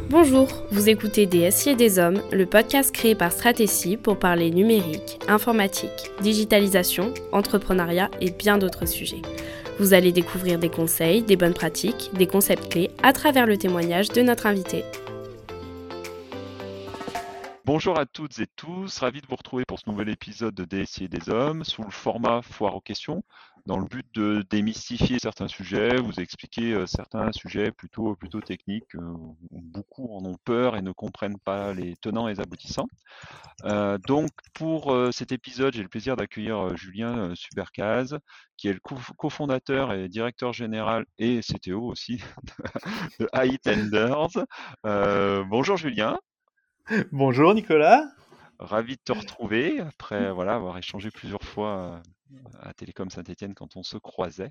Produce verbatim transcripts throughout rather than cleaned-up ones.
Bonjour, vous écoutez Des S I et des Hommes, le podcast créé par Stratégie pour parler numérique, informatique, digitalisation, entrepreneuriat et bien d'autres sujets. Vous allez découvrir des conseils, des bonnes pratiques, des concepts clés à travers le témoignage de notre invité. Bonjour à toutes et tous, ravi de vous retrouver pour ce nouvel épisode de Des S I et des Hommes sous le format foire aux questions, dans le but de démystifier certains sujets, vous expliquer euh, certains sujets plutôt, plutôt techniques. euh, beaucoup en ont peur et ne comprennent pas les tenants et les aboutissants. Euh, donc pour euh, cet épisode, j'ai le plaisir d'accueillir euh, Julien euh, Subercaz, qui est le co- cofondateur et directeur général et C T O aussi de iTenders. Euh, bonjour Julien. Bonjour Nicolas. Ravi de te retrouver après voilà, avoir échangé plusieurs fois euh, à Télécom Saint-Étienne quand on se croisait.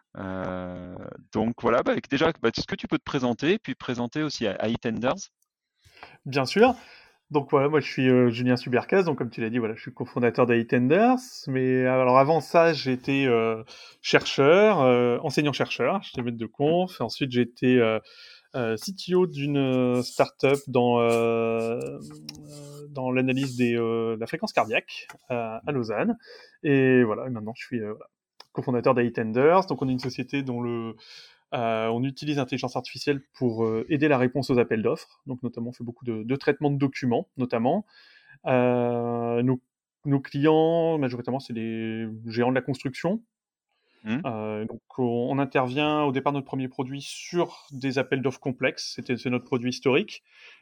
Euh, donc voilà, bah, déjà, bah, est-ce que tu peux te présenter, puis présenter aussi iTenders? Bien sûr. Donc voilà, moi je suis euh, Julien Subercaz, donc comme tu l'as dit, voilà, je suis cofondateur d'iTenders. Mais alors avant ça, j'étais euh, chercheur, euh, enseignant-chercheur, j'étais maître de conf. Ensuite, j'étais euh, euh, C T O d'une euh, start-up dans, euh, euh, dans l'analyse des, euh, de la fréquence cardiaque euh, à Lausanne. Et voilà, maintenant je suis euh, voilà, cofondateur d'iTenders. Donc on est une société dont le Euh, on utilise l'intelligence artificielle pour euh, aider la réponse aux appels d'offres. Donc, notamment, on fait beaucoup de, de traitements de documents, notamment. Euh, nos, nos clients, majoritairement, c'est les géants de la construction. Hmm. Euh, donc, on, on intervient au départ de notre premier produit sur des appels d'offres complexes. C'était, c'est notre produit historique.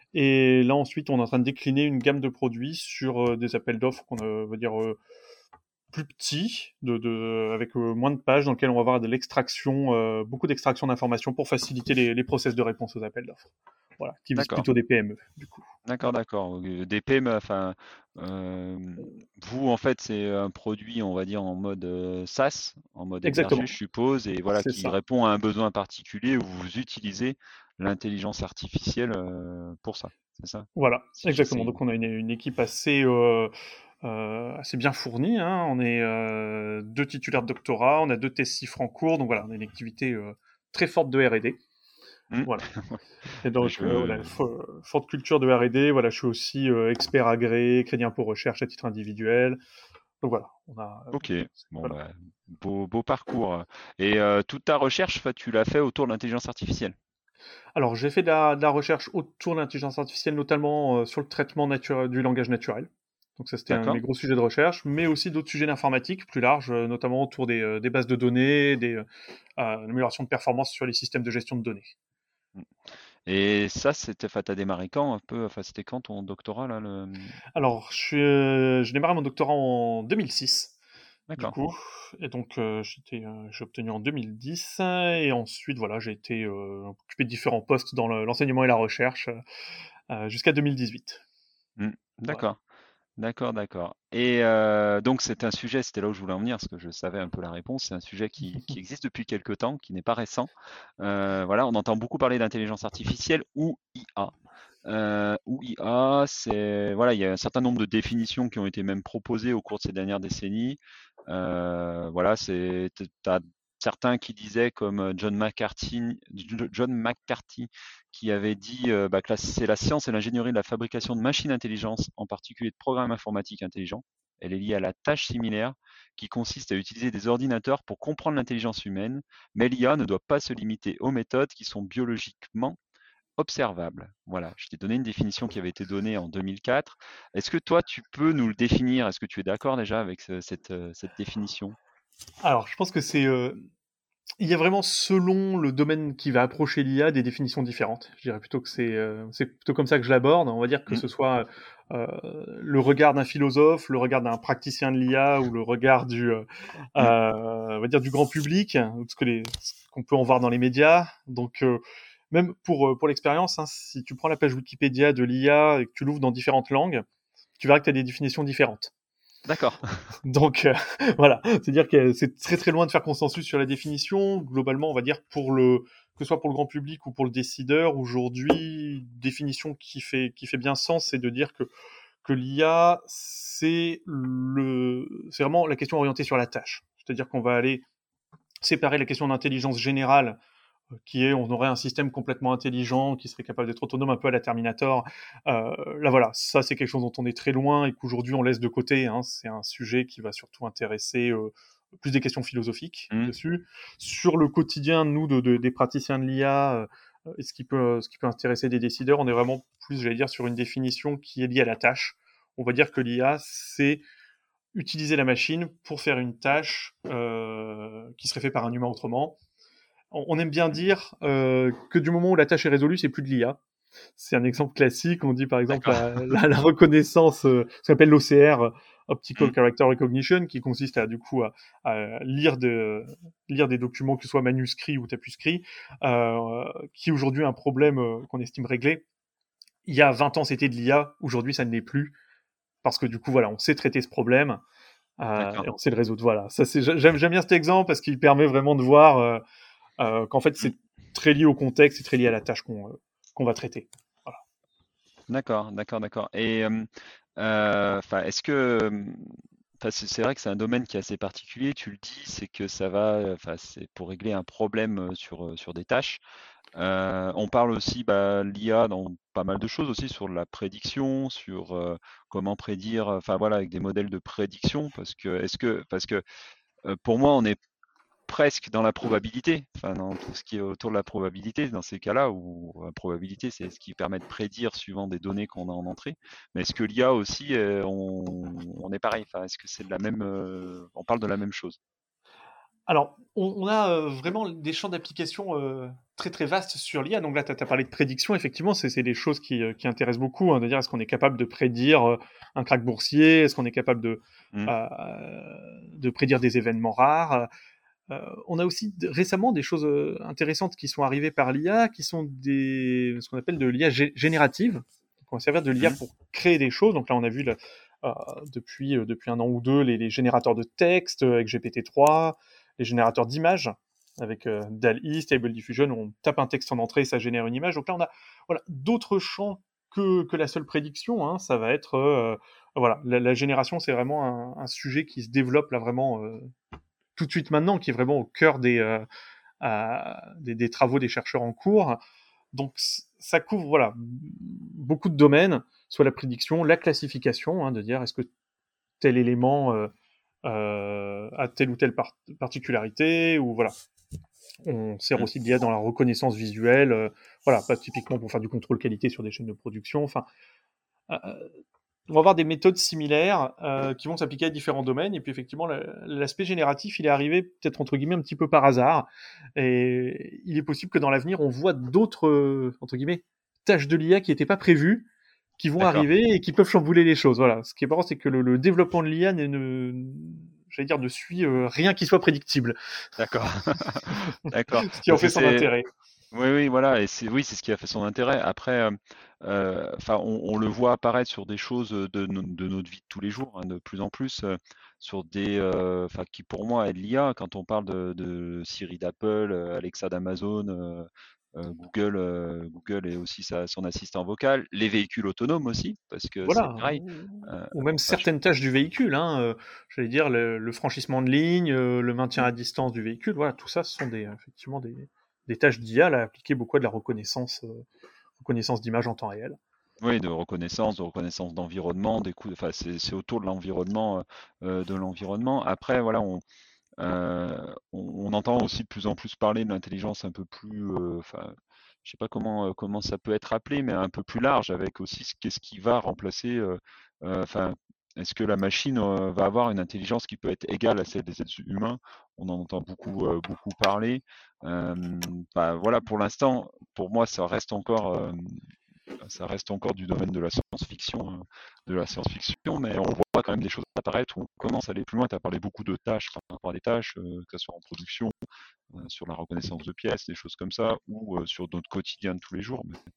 Et là, ensuite, on est en train de décliner une gamme de produits sur euh, des appels d'offres qu'on euh, va dire euh, plus petits, de, de, avec euh, moins de pages, dans lequel on va avoir de l'extraction, euh, beaucoup d'extraction d'informations pour faciliter les, les process de réponse aux appels d'offres. Voilà, qui visent D'accord, plutôt des P M E, du coup. d'accord, Voilà. d'accord. Euh, Des P M E, enfin, euh, vous en fait, c'est un produit, on va dire, en mode euh, SaaS, en mode hébergé, Exactement, je suppose, et voilà, c'est qui ça. répond à un besoin particulier où vous utilisez l'intelligence artificielle euh, pour ça, c'est ça? Voilà, Si exactement. j'essaye. Donc on a une, une équipe assez, euh, euh, assez bien fournie. Hein. On est euh, deux titulaires de doctorat, on a deux thèses cifres en cours, donc voilà, on a une activité euh, très forte de R et D. Hmm. Voilà. Et donc, euh, voilà, Je... fo- forte culture de R et D. Voilà, je suis aussi euh, expert agréé, crédit impôt recherche à titre individuel. Donc voilà, on a. euh, Ok, bon voilà. bah, beau, beau parcours. Et euh, toute ta recherche, fa- tu l'as fait autour de l'intelligence artificielle. Alors, j'ai fait de la, de la recherche autour de l'intelligence artificielle, notamment euh, sur le traitement nature- du langage naturel. Donc ça, c'était un de mes D'accord? gros sujets de recherche, mais aussi d'autres sujets d'informatique plus larges, euh, notamment autour des, euh, des bases de données, des euh, l'amélioration de performance sur les systèmes de gestion de données. Mm. Et ça, c'était, enfin, t'as démarré quand un peu, enfin, c'était quand ton doctorat là, le... Alors, je, suis, euh, je démarre mon doctorat en deux mille six. Du D'accord. coup, et donc euh, j'étais, euh, j'ai obtenu en deux mille dix, et ensuite voilà, j'ai été euh, occupé de différents postes dans le- l'enseignement et la recherche euh, jusqu'à deux mille dix-huit. Mm. Voilà. D'accord, d'accord, d'accord. Et euh, donc c'est un sujet, c'était là où je voulais en venir, parce que je savais un peu la réponse. C'est un sujet qui, qui existe depuis quelque temps, qui n'est pas récent. Euh, voilà, on entend beaucoup parler d'intelligence artificielle ou I A. Euh, ou I A, c'est voilà, il y a un certain nombre de définitions qui ont été même proposées au cours de ces dernières décennies. Euh, voilà, c'est t'as certains qui disaient comme euh, John McCarthy, John McCarthy qui avait dit euh, bah, que la- c'est la science et l'ingénierie de la fabrication de machines intelligentes, en particulier de programmes informatiques intelligents. Elle est liée à la tâche similaire qui consiste à utiliser des ordinateurs pour comprendre l'intelligence humaine, mais l'I A ne doit pas se limiter aux méthodes qui sont biologiquement observable. Voilà, je t'ai donné une définition qui avait été donnée en deux mille quatre. Est-ce que toi, tu peux nous le définir? Est-ce que tu es d'accord déjà avec ce- cette, euh, cette définition? Alors, je pense que c'est, euh, il y a vraiment selon le domaine qui va approcher l'I A des définitions différentes. Je dirais plutôt que c'est, euh, c'est plutôt comme ça que je l'aborde. On va dire que Mm, ce soit euh, le regard d'un philosophe, le regard d'un praticien de l'I A ou le regard du, euh, mm, euh, on va dire du grand public, ce que les, ce qu'on peut en voir dans les médias. Donc euh, même pour, euh, pour l'expérience, hein, si tu prends la page Wikipédia de l'I A et que tu l'ouvres dans différentes langues, tu verras que tu as des définitions différentes. d'accord. Donc euh, voilà, c'est-à-dire que c'est très très loin de faire consensus sur la définition. Globalement, on va dire pour le que ce soit pour le grand public ou pour le décideur, aujourd'hui, définition qui fait qui fait bien sens, c'est de dire que que l'I A c'est le c'est vraiment la question orientée sur la tâche. C'est-à-dire qu'on va aller séparer la question d'intelligence générale qui est on aurait un système complètement intelligent qui serait capable d'être autonome un peu à la Terminator. Euh, là voilà, ça c'est quelque chose dont on est très loin et qu'aujourd'hui on laisse de côté. Hein. C'est un sujet qui va surtout intéresser euh, plus des questions philosophiques mmh. dessus. Sur le quotidien, nous, de, de, des praticiens de l'I A, euh, et ce qui peut, ce qui peut intéresser des décideurs, on est vraiment plus, j'allais dire, sur une définition qui est liée à la tâche. On va dire que l'I A, c'est utiliser la machine pour faire une tâche euh, qui serait faite par un humain autrement. On aime bien dire euh, que du moment où la tâche est résolue, c'est plus de l'I A. C'est un exemple classique. On dit par exemple la, la, la reconnaissance, euh, ce qu'on appelle l'O C R, Optical mm. Character Recognition, qui consiste à du coup à, à lire, de, lire des documents, que ce soit manuscrits ou tapuscrits, euh, qui aujourd'hui est un problème euh, qu'on estime réglé. Il y a vingt ans, c'était de l'I A. Aujourd'hui, ça ne l'est plus. Parce que du coup, voilà, on sait traiter ce problème euh, et on sait le résoudre. Voilà. Ça, c'est, j'aime, j'aime bien cet exemple parce qu'il permet vraiment de voir euh, Euh, qu'en fait c'est très lié au contexte, c'est très lié à la tâche qu'on, euh, qu'on va traiter. Voilà. D'accord, d'accord, d'accord. Et euh, est-ce que, c'est, c'est vrai que c'est un domaine qui est assez particulier, tu le dis, c'est que ça va, c'est pour régler un problème sur, sur des tâches. Euh, on parle aussi bah, l'I A dans pas mal de choses aussi, sur la prédiction, sur euh, comment prédire, enfin voilà, avec des modèles de prédiction, parce que, est-ce que, parce que euh, pour moi, on est presque dans la probabilité, enfin dans tout ce qui est autour de la probabilité, dans ces cas-là, où la probabilité c'est ce qui permet de prédire suivant des données qu'on a en entrée. Mais est-ce que l'I A aussi, euh, on, on est pareil, enfin, est-ce que c'est de la même, euh, on parle de la même chose? Alors, on, on a euh, vraiment des champs d'application euh, très très vastes sur l'I A. Donc là, tu as parlé de prédiction, effectivement, c'est, c'est des choses qui, euh, qui intéressent beaucoup. Hein, de dire, est-ce qu'on est capable de prédire euh, un krach boursier? Est-ce qu'on est capable de, mmh. euh, de prédire des événements rares? Euh, on a aussi d- récemment des choses euh, intéressantes qui sont arrivées par l'I A, qui sont des, ce qu'on appelle de l'I A gé- générative. Donc on va servir de l'I A mmh. pour créer des choses. Donc là, on a vu là, euh, depuis, euh, depuis un an ou deux les, les générateurs de texte euh, avec G P T trois, les générateurs d'images avec euh, D A L L-E, Stable Diffusion, où on tape un texte en entrée et ça génère une image. Donc là, on a voilà, d'autres champs que, que la seule prédiction. Hein. Ça va être... Euh, voilà, la, la génération, c'est vraiment un, un sujet qui se développe là vraiment... Euh, tout de suite maintenant, qui est vraiment au cœur des, euh, euh, des, des travaux des chercheurs en cours. Donc ça couvre voilà, beaucoup de domaines, soit la prédiction, la classification, hein, de dire est-ce que tel élément euh, euh, a telle ou telle par- particularité, ou voilà. On sert aussi de l'I A dans la reconnaissance visuelle, euh, voilà, pas typiquement pour faire du contrôle qualité sur des chaînes de production. Enfin, euh, on va avoir des méthodes similaires euh, qui vont s'appliquer à différents domaines. Et puis effectivement, l'aspect génératif, il est arrivé peut-être entre guillemets un petit peu par hasard. Et il est possible que dans l'avenir, on voit d'autres entre guillemets tâches de l'I A qui n'étaient pas prévues, qui vont D'accord. arriver et qui peuvent chambouler les choses. Voilà. Ce qui est marrant, c'est que le, le développement de l'I A ne, ne, j'allais dire, ne suit euh, rien qui soit prédictible. D'accord. D'accord. Ce qui en fait son c'est... intérêt. Oui, oui, voilà, et c'est oui, c'est ce qui a fait son intérêt. Après, euh, enfin, on, on le voit apparaître sur des choses de, no- de notre vie de tous les jours, hein, de plus en plus, euh, sur des, euh, enfin, qui pour moi est de l'I A. Quand on parle de, de Siri d'Apple, euh, Alexa d'Amazon, euh, euh, Google, euh, Google et aussi sa, son assistant vocal, les véhicules autonomes aussi, parce que voilà. c'est pareil. Euh, Ou même certaines je... tâches du véhicule, hein, euh, j'allais dire le, le franchissement de ligne, euh, le maintien à distance du véhicule. Voilà, tout ça, ce sont des, effectivement des des tâches d'I A, là, appliquer beaucoup à de la reconnaissance, euh, reconnaissance d'images en temps réel. Oui, de reconnaissance, de reconnaissance d'environnement, des coups, enfin, c'est, c'est autour de l'environnement, euh, de l'environnement. Après, voilà, on, euh, on, on entend aussi de plus en plus parler de l'intelligence un peu plus, euh, enfin, je sais pas comment, euh, comment ça peut être appelé, mais un peu plus large, avec aussi ce qu'est-ce qui va remplacer, euh, euh, enfin, est-ce que la machine euh, va avoir une intelligence qui peut être égale à celle des êtres humains? On en entend beaucoup, euh, beaucoup parler. Euh, bah, voilà, pour l'instant, pour moi, ça reste encore, euh, ça reste encore du domaine de la science-fiction, euh, de la science-fiction, mais on voit quand même des choses apparaître où on commence à aller plus loin. Tu as parlé beaucoup de tâches par rapport à des tâches, euh, que ce soit en production, euh, sur la reconnaissance de pièces, des choses comme ça, ou euh, sur notre quotidien de tous les jours. Mais...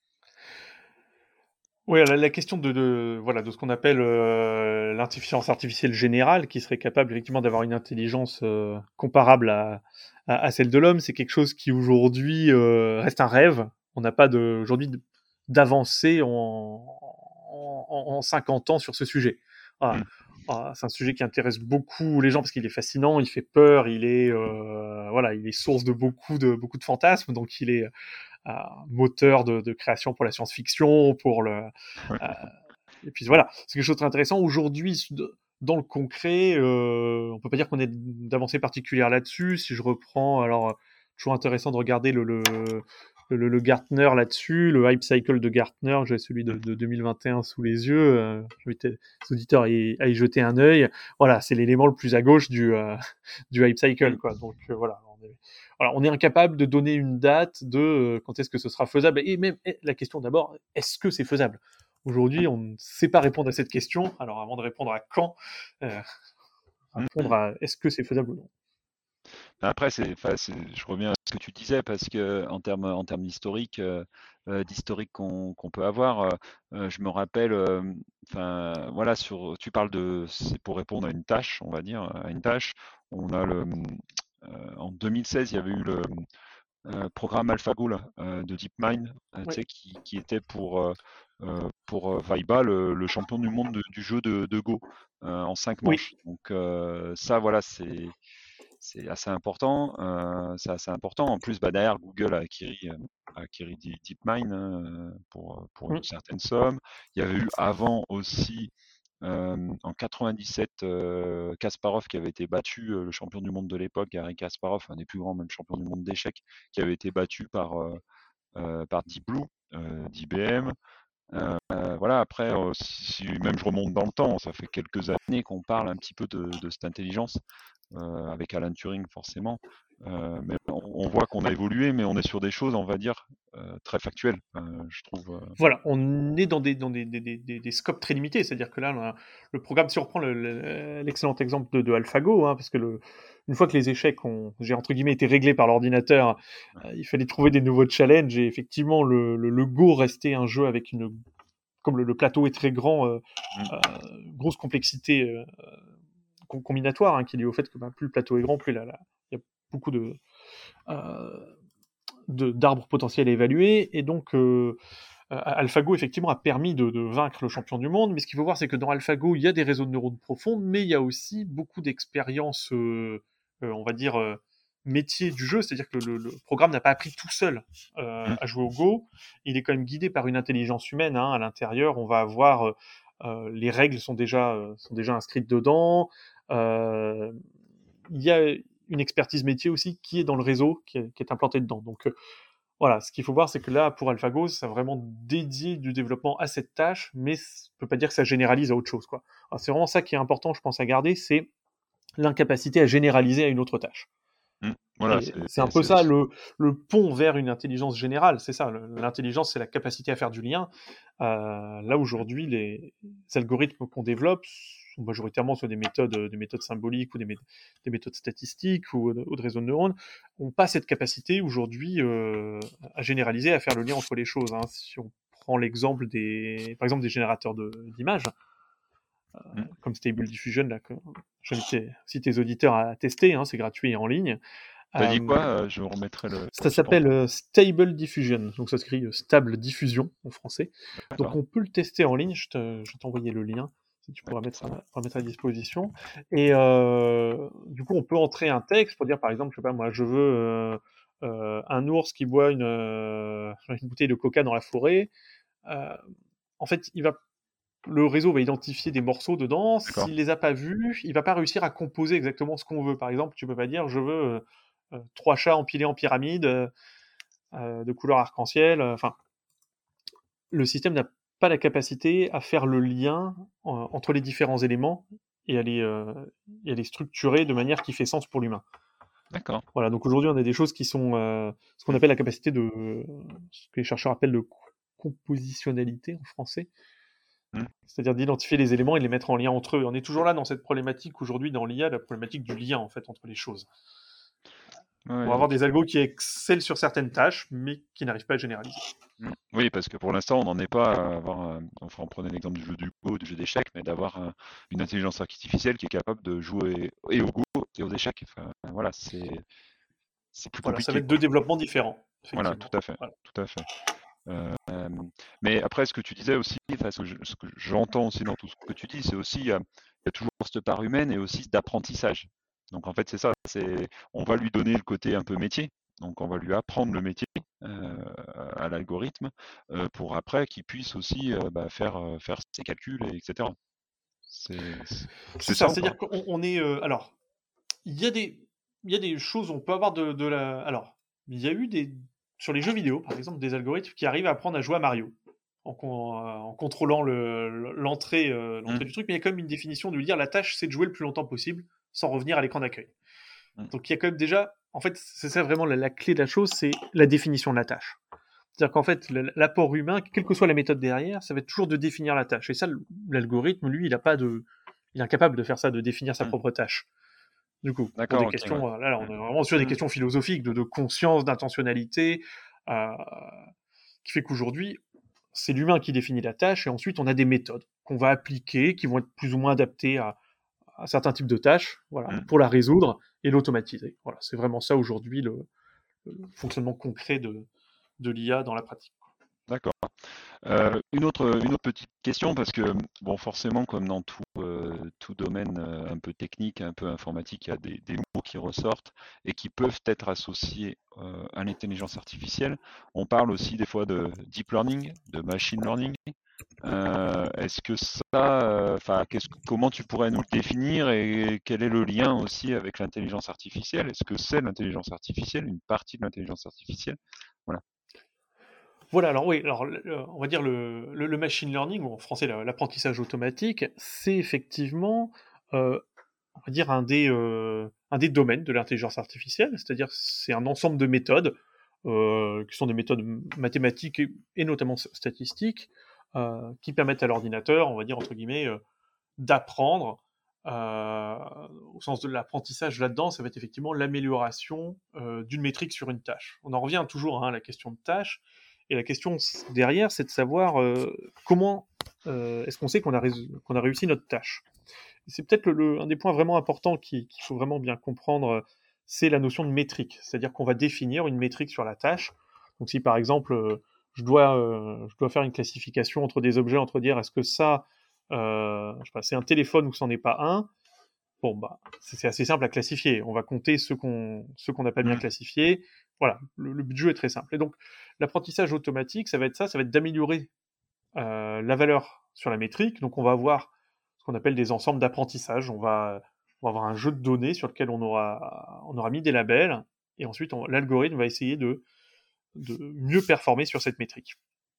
Oui, la, la question de, de, voilà, de ce qu'on appelle euh, l'intelligence artificielle générale, qui serait capable effectivement d'avoir une intelligence euh, comparable à, à, à celle de l'homme, c'est quelque chose qui aujourd'hui euh, reste un rêve. On n'a pas de, aujourd'hui d'avancée en, en, en cinquante ans sur ce sujet. Voilà. Mmh. ah, c'est un sujet qui intéresse beaucoup les gens parce qu'il est fascinant, il fait peur, il est euh, voilà, il est source de beaucoup de beaucoup de fantasmes, donc il est euh, moteur de, de création pour la science-fiction, pour le Ouais. euh, et puis voilà, c'est quelque chose de très intéressant aujourd'hui. Dans le concret, euh, on peut pas dire qu'on ait d'avancée particulière là-dessus. Si je reprends, alors euh, toujours intéressant de regarder le, le, le, le Gartner là-dessus, le Hype Cycle de Gartner. J'ai celui de, de deux mille vingt et un sous les yeux. Euh, J'invite les auditeurs à y, à y jeter un œil. Voilà, c'est l'élément le plus à gauche du, euh, du Hype Cycle, quoi. Donc euh, voilà, on est, voilà, on est incapable de donner une date de euh, quand est-ce que ce sera faisable. Et même et la question d'abord, est-ce que c'est faisable? Aujourd'hui, on ne sait pas répondre à cette question. Alors, avant de répondre à quand, euh, répondre à est-ce que c'est faisable ou non. Après, c'est, enfin, c'est- je reviens à ce que tu disais, parce que en termes en termes d'historique, euh, euh, d'historique qu'on qu'on peut avoir, euh, euh, je me rappelle, euh, enfin, voilà, sur, tu parles de, c'est pour répondre à une tâche, on va dire, à une tâche. On a le, euh, en deux mille seize, il y avait eu le euh, programme AlphaGo là, euh, de DeepMind, euh, tu Oui. sais, qui, qui était pour euh, euh, pour euh, Vaiba, le, le champion du monde de- du jeu de, de Go euh, en cinq Oui. manches. Donc euh, ça, voilà, c'est c'est assez important. Euh, c'est assez important. En plus, bah, derrière, Google a acquis, euh, a acquis Deep- DeepMind hein, euh, pour, pour une Mm. certaine somme. Il y avait eu avant aussi, euh, en quatre-vingt-dix-sept, euh, Kasparov qui avait été battu, euh, le champion du monde de l'époque, Garry Kasparov, un des plus grands même champions du monde d'échecs, qui avait été battu par, euh, euh, par Deep Blue, euh, d'I B M. Euh, voilà, après, euh, si, si même je remonte dans le temps, ça fait quelques années qu'on parle un petit peu de, de cette intelligence, euh, avec Alan Turing forcément. Euh, mais on, on voit qu'on a évolué, mais on est sur des choses, on va dire, euh, très factuelles, euh, je trouve. euh. Voilà, on est dans des, dans des, des, des, des- des scopes très limités. C'est-à-dire que là, on a- le programme, si on reprend le- le- l'excellent exemple de, de AlphaGo, hein, parce que le, une fois que les échecs ont, j'ai entre guillemets, été réglés par l'ordinateur, euh, il fallait trouver des nouveaux challenges. Et effectivement, le, le, le Go restait un jeu avec une, comme le, le plateau est très grand, euh, Mm. euh, grosse complexité euh, com- combinatoire, hein, qui est liée au fait que bah, plus le plateau est grand, plus là, là, il y a beaucoup de, euh, de- d'arbres potentiels à évaluer. Et donc, euh, euh, AlphaGo, effectivement, a permis de, de vaincre le champion du monde. Mais ce qu'il faut voir, c'est que dans AlphaGo, il y a des réseaux de neurones profonds, mais il y a aussi beaucoup d'expériences, euh, euh, on va dire, euh, métier du jeu. C'est-à-dire que le, le programme n'a pas appris tout seul euh, Mm. à jouer au Go. Il est quand même guidé par une intelligence humaine. Hein. À l'intérieur, on va avoir... Euh, euh, les règles sont déjà, euh, sont déjà inscrites dedans. Euh, il y a une expertise métier aussi qui est dans le réseau, qui est, qui est implantée dedans. Donc, euh, voilà, ce qu'il faut voir, c'est que là, pour AlphaGo, ça a vraiment dédié du développement à cette tâche, mais ça ne peut pas dire que ça généralise à autre chose, quoi. Alors, c'est vraiment ça qui est important, je pense, à garder, c'est l'incapacité à généraliser à une autre tâche. Mm. Voilà, Et c'est, c'est un peu c'est- ça le, le pont vers une intelligence générale, c'est ça. le- L'intelligence, c'est la capacité à faire du lien. Euh, là, aujourd'hui, les, les algorithmes qu'on développe sont majoritairement soit des méthodes, des méthodes symboliques ou des, mé- des méthodes statistiques ou, ou de réseaux de neurones, n'ont pas cette capacité aujourd'hui euh, à généraliser, à faire le lien entre les choses. Hein. Si on prend l'exemple des, par exemple, des générateurs de- d'images, Mm. comme Stable Diffusion, là, que j'invite aussi tes auditeurs à tester, hein, c'est gratuit et en ligne. T'as dit Euh, quoi? Euh, Je remettrai le. ça j'ai pas s'appelle entendu. euh, Stable Diffusion, donc ça s'écrit euh, stable diffusion en français. Donc D'accord. on peut le tester en ligne, je, te, je vais t'envoyer le lien, si tu Ouais, pourras mettre ça à, va. pourras mettre à disposition. Et euh, du coup, on peut entrer un texte pour dire, par exemple, je sais pas moi, je veux euh, euh, un ours qui boit une, euh, une bouteille de coca dans la forêt. Euh, en fait, il va, le réseau va identifier des morceaux dedans. D'accord. S'il les a pas vus, il va pas réussir à composer exactement ce qu'on veut. Par exemple, tu peux pas dire, je veux euh, euh, trois chats empilés en pyramide. Euh, euh, de couleur arc-en-ciel. Enfin, le système n'a pas la capacité à faire le lien euh, entre les différents éléments et à, les, euh, et à les structurer de manière qui fait sens pour l'humain. D'accord. Voilà, donc aujourd'hui, on a des choses qui sont euh, ce qu'on Mm. appelle la capacité de ce que les chercheurs appellent de compositionnalité en français, Mm. c'est-à-dire d'identifier les éléments et de les mettre en lien entre eux. On est toujours là dans cette problématique aujourd'hui dans l'I A, la problématique du lien en fait entre les choses. Ouais, On va avoir donc, des algos qui excellent sur certaines tâches, mais qui n'arrivent pas à généraliser. mm. Oui, parce que pour l'instant, on n'en est pas à avoir, un- enfin, on prenait l'exemple du jeu du Go, du jeu d'échecs, mais d'avoir un- une intelligence artificielle qui est capable de jouer et au Go et aux échecs. Enfin, voilà, c'est c'est plus Voilà, ça va compliqué, être deux quoi. développements différents, Voilà, effectivement. tout à fait, Voilà. tout à fait. Euh, mais après, ce que tu disais aussi, enfin, ce que, je, ce que j'entends aussi dans tout ce que tu dis, c'est aussi, il y a, il y a toujours cette part humaine et aussi d'apprentissage. Donc en fait, c'est ça, c'est, on va lui donner le côté un peu métier. Donc on va lui apprendre le métier euh, à l'algorithme euh, pour après qu'il puisse aussi euh, bah, faire, euh, faire ses calculs, et etc. C'est, c'est, C'est c'est ça, ça ou pas? c'est-à-dire qu'on on est. Euh, alors, il y a des, il y a des choses, on peut avoir de, de la. Alors, il y a eu des sur les jeux vidéo, par exemple, des algorithmes qui arrivent à apprendre à jouer à Mario en, con- en contrôlant le- l'entrée, euh, Mmh, l'entrée du truc, mais il y a quand même une définition de lui dire la tâche, c'est de jouer le plus longtemps possible sans revenir à l'écran d'accueil. mmh, Donc il y a quand même déjà, en fait, c'est ça vraiment la, la clé de la chose, c'est la définition de la tâche. C'est-à-dire qu'en fait, le- l'apport humain, quelle que soit la méthode derrière, ça va être toujours de définir la tâche. Et ça, l'algorithme, lui, il a pas de, il est incapable de faire ça, de définir sa mmh. propre tâche. Du coup, pour D'accord, des ok, ouais. questions, là, là, on Mmh, est vraiment sur des mmh, questions philosophiques, de, de conscience, d'intentionnalité, euh, qui fait qu'aujourd'hui, c'est l'humain qui définit la tâche, et ensuite on a des méthodes qu'on va appliquer, qui vont être plus ou moins adaptées à, à certains types de tâches, voilà, mmh. pour la résoudre et l'automatiser. Voilà, c'est vraiment ça aujourd'hui le, le fonctionnement concret de, de l'I A dans la pratique. D'accord. Euh, une autre, une autre petite question, parce que, bon, forcément, comme dans tout, euh, tout domaine euh, un peu technique, un peu informatique, il y a des, des mots qui ressortent et qui peuvent être associés euh, à l'intelligence artificielle. On parle aussi des fois de deep learning, de machine learning. Euh, est-ce que ça, euh, enfin, qu'est-ce que- comment tu pourrais nous le définir et quel est le lien aussi avec l'intelligence artificielle? Est-ce que c'est l'intelligence artificielle, une partie de l'intelligence artificielle? Voilà. Voilà, alors oui, alors le- on va dire le, le- le machine learning, ou en français la- l'apprentissage automatique, c'est effectivement, euh, on va dire, un des, euh, un des domaines de l'intelligence artificielle, c'est-à-dire c'est un ensemble de méthodes, euh, qui sont des méthodes mathématiques et, et notamment s- statistiques, euh, qui permettent à l'ordinateur, on va dire, entre guillemets, euh, d'apprendre. euh, Au sens de l'apprentissage là-dedans, ça va être effectivement l'amélioration euh, d'une métrique sur une tâche. On en revient toujours hein, à la question de tâche. Et la question derrière, c'est de savoir euh, comment euh, est-ce qu'on sait qu'on a, rés- qu'on a réussi notre tâche. Et c'est peut-être le, le- un des points vraiment importants qui- qu'il faut vraiment bien comprendre, euh, c'est la notion de métrique. C'est-à-dire qu'on va définir une métrique sur la tâche. Donc si par exemple, euh, je, dois, euh, je dois faire une classification entre des objets, entre dire est-ce que ça, euh, je sais pas, c'est un téléphone ou c'en est pas un, bon, bah, c'est c'est assez simple à classifier. On va compter ceux qu'on ceux qu'on n'a pas bien Mmh, classifiés. Voilà, le, le but du jeu est très simple. Et donc, l'apprentissage automatique, ça va être ça, ça va être d'améliorer euh, la valeur sur la métrique. Donc, on va avoir ce qu'on appelle des ensembles d'apprentissage. On va, on va avoir un jeu de données sur lequel on aura, on aura mis des labels. Et ensuite, on- l'algorithme va essayer de, de mieux performer sur cette métrique.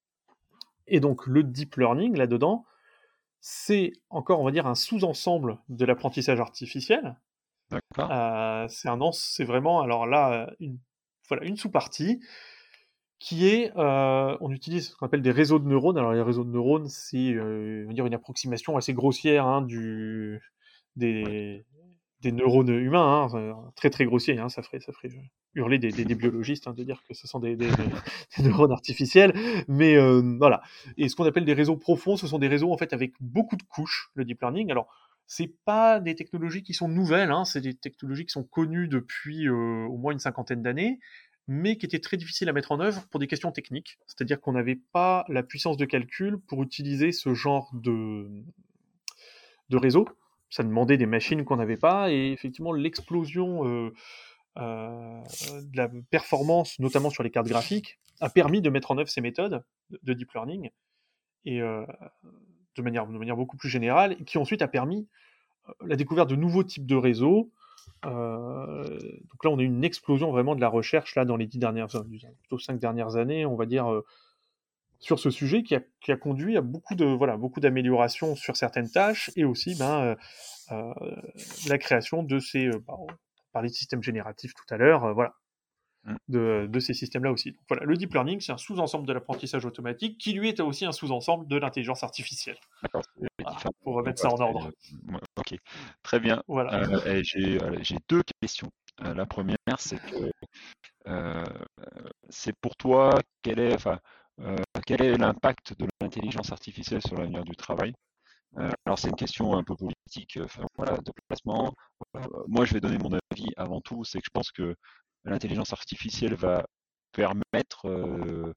Et donc, le deep learning, là-dedans, c'est encore, on va dire, un sous-ensemble de l'apprentissage artificiel. d'accord. Euh, c'est un c'est vraiment alors là une voilà une sous-partie qui est euh, on utilise ce qu'on appelle des réseaux de neurones. Alors les réseaux de neurones, c'est euh, on va dire une approximation assez grossière hein, du des des neurones humains, hein, très très grossier, hein, ça ferait ça ferait hurler des, des, des biologistes hein, de dire que ce sont des, des, des, des neurones artificiels, mais euh, voilà. Et ce qu'on appelle des réseaux profonds, ce sont des réseaux en fait avec beaucoup de couches, le deep learning. Alors c'est pas des technologies qui sont nouvelles, hein, c'est des technologies qui sont connues depuis euh, au moins une cinquantaine d'années, mais qui étaient très difficiles à mettre en œuvre pour des questions techniques. C'est-à-dire qu'on n'avait pas la puissance de calcul pour utiliser ce genre de, de réseau. Ça demandait des machines qu'on n'avait pas, et effectivement l'explosion euh, euh, de la performance, notamment sur les cartes graphiques, a permis de mettre en œuvre ces méthodes de deep learning, et euh, de, manière, de manière beaucoup plus générale, qui ensuite a permis la découverte de nouveaux types de réseaux. Euh, donc là, on a eu une explosion vraiment de la recherche là dans les dix dernières, plutôt cinq dernières années, on va dire, euh, sur ce sujet qui a, qui a conduit à beaucoup de voilà beaucoup d'améliorations sur certaines tâches et aussi ben, euh, euh, la création de ces euh, bah, on parlait de systèmes génératifs tout à l'heure, euh, voilà Mmh, de, de ces systèmes-là aussi. Donc, voilà, le deep learning, c'est un sous-ensemble de l'apprentissage automatique qui lui est aussi un sous-ensemble de l'intelligence artificielle. d'accord, c'est Voilà, différent. pour remettre Ouais, ça en c'est, ordre. heu, ouais, OK, très bien. Voilà. Heu et j'ai, heu, j'ai deux questions. Heu, la première, c'est que, heu, c'est pour toi, quel est enfin, heu, quel est l'impact de l'intelligence artificielle sur l'avenir du travail? Heu, alors c'est une question un peu politique, heu, enfin voilà, de placement. Heu, moi, je vais donner mon avis avant tout, c'est que je pense que l'intelligence artificielle va permettre, heu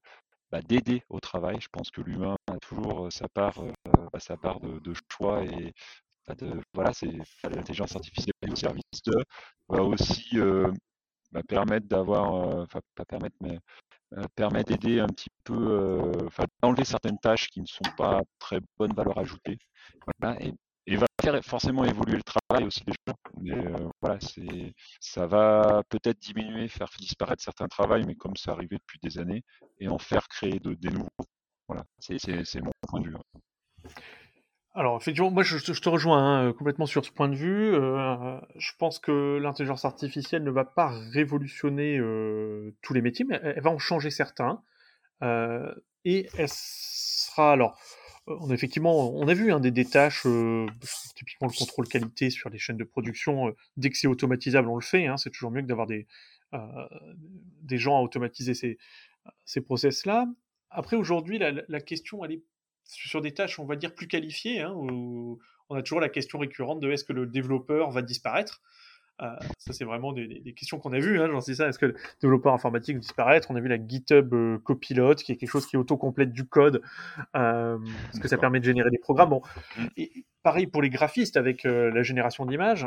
bah, d'aider au travail. Je pense que l'humain a toujours euh, sa part, euh, bah, sa part de, de choix et bah, de, voilà, c'est enfin, l'intelligence artificielle au service de va aussi euh, bah, permettre d'avoir, euh, enfin pas permettre, mais euh, permet d'aider un petit peu, euh, enfin d'enlever certaines tâches qui ne sont pas très bonne valeur ajoutée. Voilà, et, et va faire forcément évoluer le travail aussi des gens. Mais euh, voilà, c'est, ça va peut-être diminuer, faire disparaître certains travails, mais comme ça arrivait depuis des années, et en faire créer de, des nouveaux. Voilà, c'est, c'est, c'est mon point de vue. Alors, effectivement, moi je, je te rejoins hein, complètement sur ce point de vue. Euh, je pense que l'intelligence artificielle ne va pas révolutionner euh, tous les métiers, mais elle, elle va en changer certains. Euh, et elle sera alors, euh, on a effectivement, on a vu hein, des, des tâches, euh, typiquement le contrôle qualité sur les chaînes de production. Euh, dès que c'est automatisable, on le fait. Hein, c'est toujours mieux que d'avoir des euh, des gens à automatiser ces ces process-là. Après, aujourd'hui, la, la question, elle est sur des tâches, on va dire, plus qualifiées, hein, où on a toujours la question récurrente de est-ce que le développeur va disparaître. Euh, ça, c'est vraiment des, des questions qu'on a vues. Hein, j'en sais ça. Est-ce que le développeur informatique va disparaître? On a vu la GitHub euh, Copilot, qui est quelque chose qui auto-complète du code, euh, parce que ça permet de générer des programmes. Bon, et pareil pour les graphistes avec euh, la génération d'images.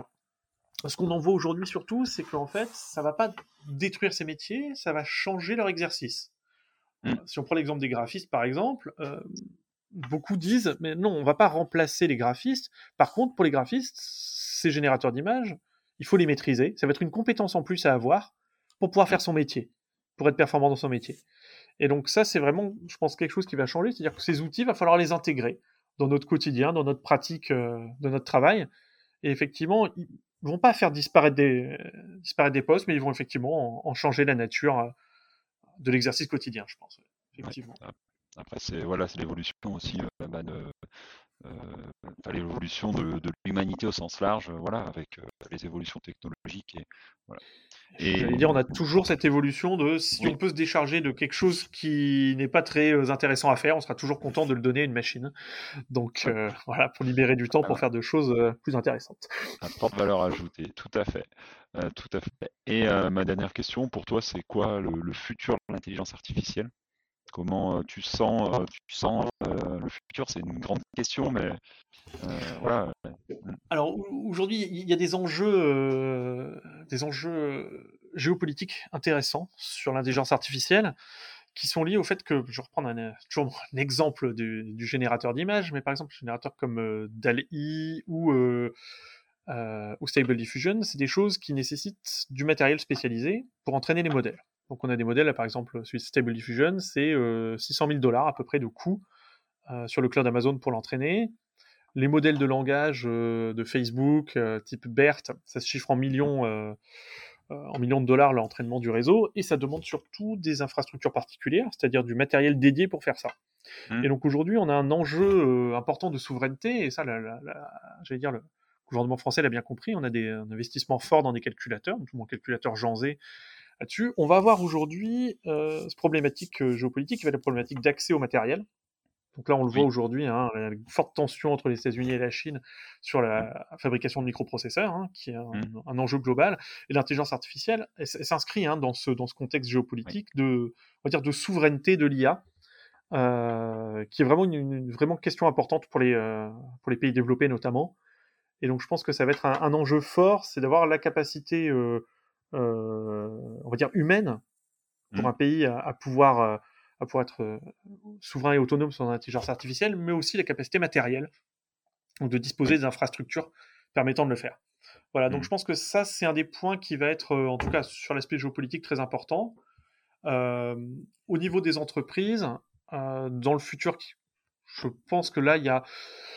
Ce qu'on en voit aujourd'hui surtout, c'est qu'en fait, ça va pas détruire ces métiers, ça va changer leur exercice. Mm. Si on prend l'exemple des graphistes, par exemple, euh, beaucoup disent, mais non, on va pas remplacer les graphistes. Par contre, pour les graphistes, ces générateurs d'images, il faut les maîtriser. Ça va être une compétence en plus à avoir pour pouvoir faire son métier, pour être performant dans son métier. Et donc ça, c'est vraiment, je pense, quelque chose qui va changer. C'est-à-dire que ces outils, il va falloir les intégrer dans notre quotidien, dans notre pratique euh, de notre travail. Et effectivement, ils vont pas faire disparaître des, disparaître des postes, mais ils vont effectivement en, en changer la nature euh, de l'exercice quotidien, je pense. Effectivement. Ouais. Après, c'est voilà, c'est l'évolution aussi euh, bah, de, euh, enfin, l'évolution de, de l'humanité au sens large, euh, voilà, avec euh, les évolutions technologiques et voilà. Et j'allais dire, on a toujours cette évolution de si oui. on peut se décharger de quelque chose qui n'est pas très euh, intéressant à faire, on sera toujours content de le donner à une machine. Donc ouais. euh, voilà, pour libérer du temps voilà. pour faire de choses euh, plus intéressantes. Apporte valeur ajoutée, tout à fait. Euh, tout à fait. Et euh, ma dernière question pour toi, c'est quoi le, le futur de l'intelligence artificielle? Comment euh, tu sens, euh, tu sens euh, le futur? C'est une grande question, mais euh, voilà. Alors aujourd'hui, il y a des enjeux, euh, des enjeux géopolitiques intéressants sur l'intelligence artificielle qui sont liés au fait que, je vais reprendre un, toujours un exemple du, du générateur d'images, mais par exemple, un générateur comme euh, D A L L-E ou, euh, euh, ou Stable Diffusion, c'est des choses qui nécessitent du matériel spécialisé pour entraîner les modèles. Donc on a des modèles, là, par exemple, celui de Stable Diffusion, c'est euh, six cent mille dollars à peu près de coût euh, sur le cloud Amazon pour l'entraîner. Les modèles de langage euh, de Facebook, euh, type BERT, ça se chiffre en millions, euh, euh, en millions de dollars l'entraînement du réseau, et ça demande surtout des infrastructures particulières, c'est-à-dire du matériel dédié pour faire ça. Mmh. Et donc aujourd'hui, on a un enjeu euh, important de souveraineté, et ça, la, la, la, j'allais dire, le gouvernement français l'a bien compris, on a des, un investissement fort dans des calculateurs, notamment un calculateur Jean Zé là-dessus. On va avoir aujourd'hui euh, cette problématique euh, géopolitique, qui va être la problématique d'accès au matériel. Donc là, on le voit oui. aujourd'hui, hein, la forte tension entre les États-Unis et la Chine sur la fabrication de microprocesseurs, hein, qui est un, mmh. un enjeu global. Et l'intelligence artificielle, elle, elle s'inscrit hein, dans, ce, dans ce contexte géopolitique oui. de, on va dire, de souveraineté de l'I A, euh, qui est vraiment une, une vraiment question importante pour les, euh, pour les pays développés notamment. Et donc, je pense que ça va être un, un enjeu fort, c'est d'avoir la capacité, euh, euh, on va dire, humaine pour mmh. un pays à, à pouvoir... Euh, à pouvoir être euh, souverain et autonome sur l'intelligence artificielle, mais aussi la capacité matérielle, donc de disposer des infrastructures permettant de le faire. Voilà, donc mmh. je pense que ça, c'est un des points qui va être, euh, en tout cas sur l'aspect géopolitique, très important. Euh, au niveau des entreprises, euh, dans le futur, je pense que là, il y a,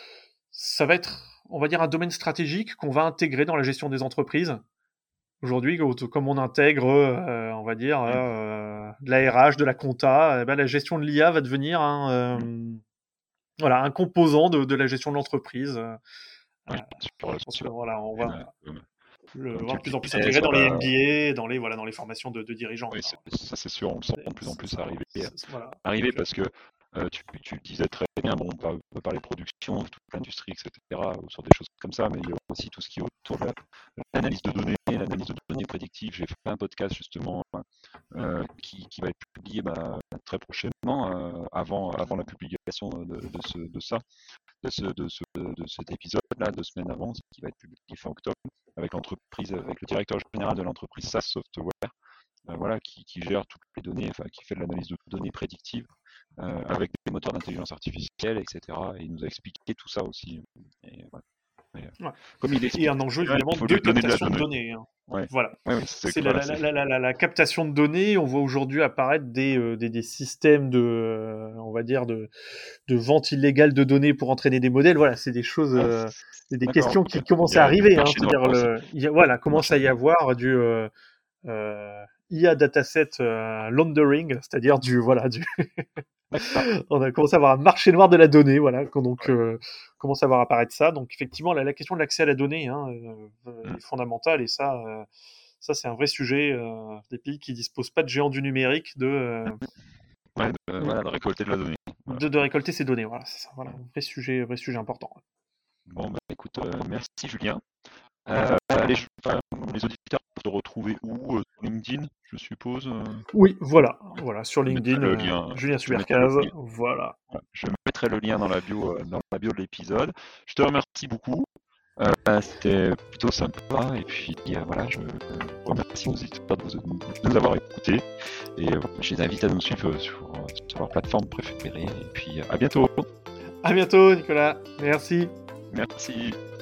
ça va être, on va dire, un domaine stratégique qu'on va intégrer dans la gestion des entreprises. Aujourd'hui, comme on intègre, euh, on va dire, euh, de la R H, de la compta, eh ben, la gestion de l'I A va devenir un, euh, voilà, un composant de, de la gestion de l'entreprise. Oui, euh, sur, que, voilà, on va euh, le voir de plus en plus intégré dans les M B A, dans les, voilà, dans les formations de, de dirigeants. Oui, ça c'est sûr, on le sent de plus en plus arriver. Voilà. Arriver parce que euh, tu, tu le disais très bien, bon, on peut parler production, toute l'industrie, et cetera, ou sur des choses comme ça, mais il y a aussi tout ce qui est autour de l'analyse de données, l'analyse de données prédictives. J'ai fait un podcast justement euh, qui, qui va être publié bah, très prochainement, euh, avant, avant la publication de, de, ce, de ça, de, ce, de, ce, de cet épisode-là, deux semaines avant, qui va être publié fin octobre, avec l'entreprise, avec le directeur général de l'entreprise S A S Software, euh, voilà, qui, qui gère toutes les données, enfin, qui fait de l'analyse de données prédictives, euh, avec des moteurs d'intelligence artificielle, et cetera. Et il nous a expliqué tout ça aussi. Et, voilà. Et, ouais. Comme il et un enjeu évidemment de captation de, de données. Hein. Ouais. Voilà. Ouais, ouais, c'est c'est la, voilà, la, la, la, la captation de données. On voit aujourd'hui apparaître des, euh, des, des systèmes de, euh, on va dire, de, de vente illégale de données pour entraîner des modèles. Voilà, c'est des choses, euh, des, des questions qui commencent à arriver. Hein, c'est-à-dire, le, il y a, voilà, commence à y avoir du euh, euh, I A dataset euh, laundering, c'est-à-dire du, voilà, du. On a commencé à avoir un marché noir de la donnée, voilà, donc euh, commence à voir apparaître ça. Donc effectivement, la, la question de l'accès à la donnée hein, euh, est fondamentale et ça, euh, ça c'est un vrai sujet. Euh, des pays qui disposent pas de géants du numérique, de, euh, ouais, de, euh, voilà, de récolter de la donnée, voilà. de, de récolter ces données. Voilà, c'est ça, voilà, un vrai sujet, vrai sujet important. Bon, bah, écoute, euh, merci Julien. Euh, les, enfin, les auditeurs peuvent te retrouver où? euh, Sur LinkedIn, je suppose. Euh... Oui, voilà, voilà, sur LinkedIn, le lien, euh, Julien Subercaz, voilà. voilà. Je mettrai le lien dans la bio, euh, dans la bio de l'épisode. Je te remercie beaucoup. Euh, c'était plutôt sympa et puis euh, voilà, je euh, remercie aux auditeurs de, de nous avoir écoutés et euh, je les invite à nous suivre sur, sur leur plateforme préférée et puis à bientôt. À bientôt Nicolas, merci. Merci.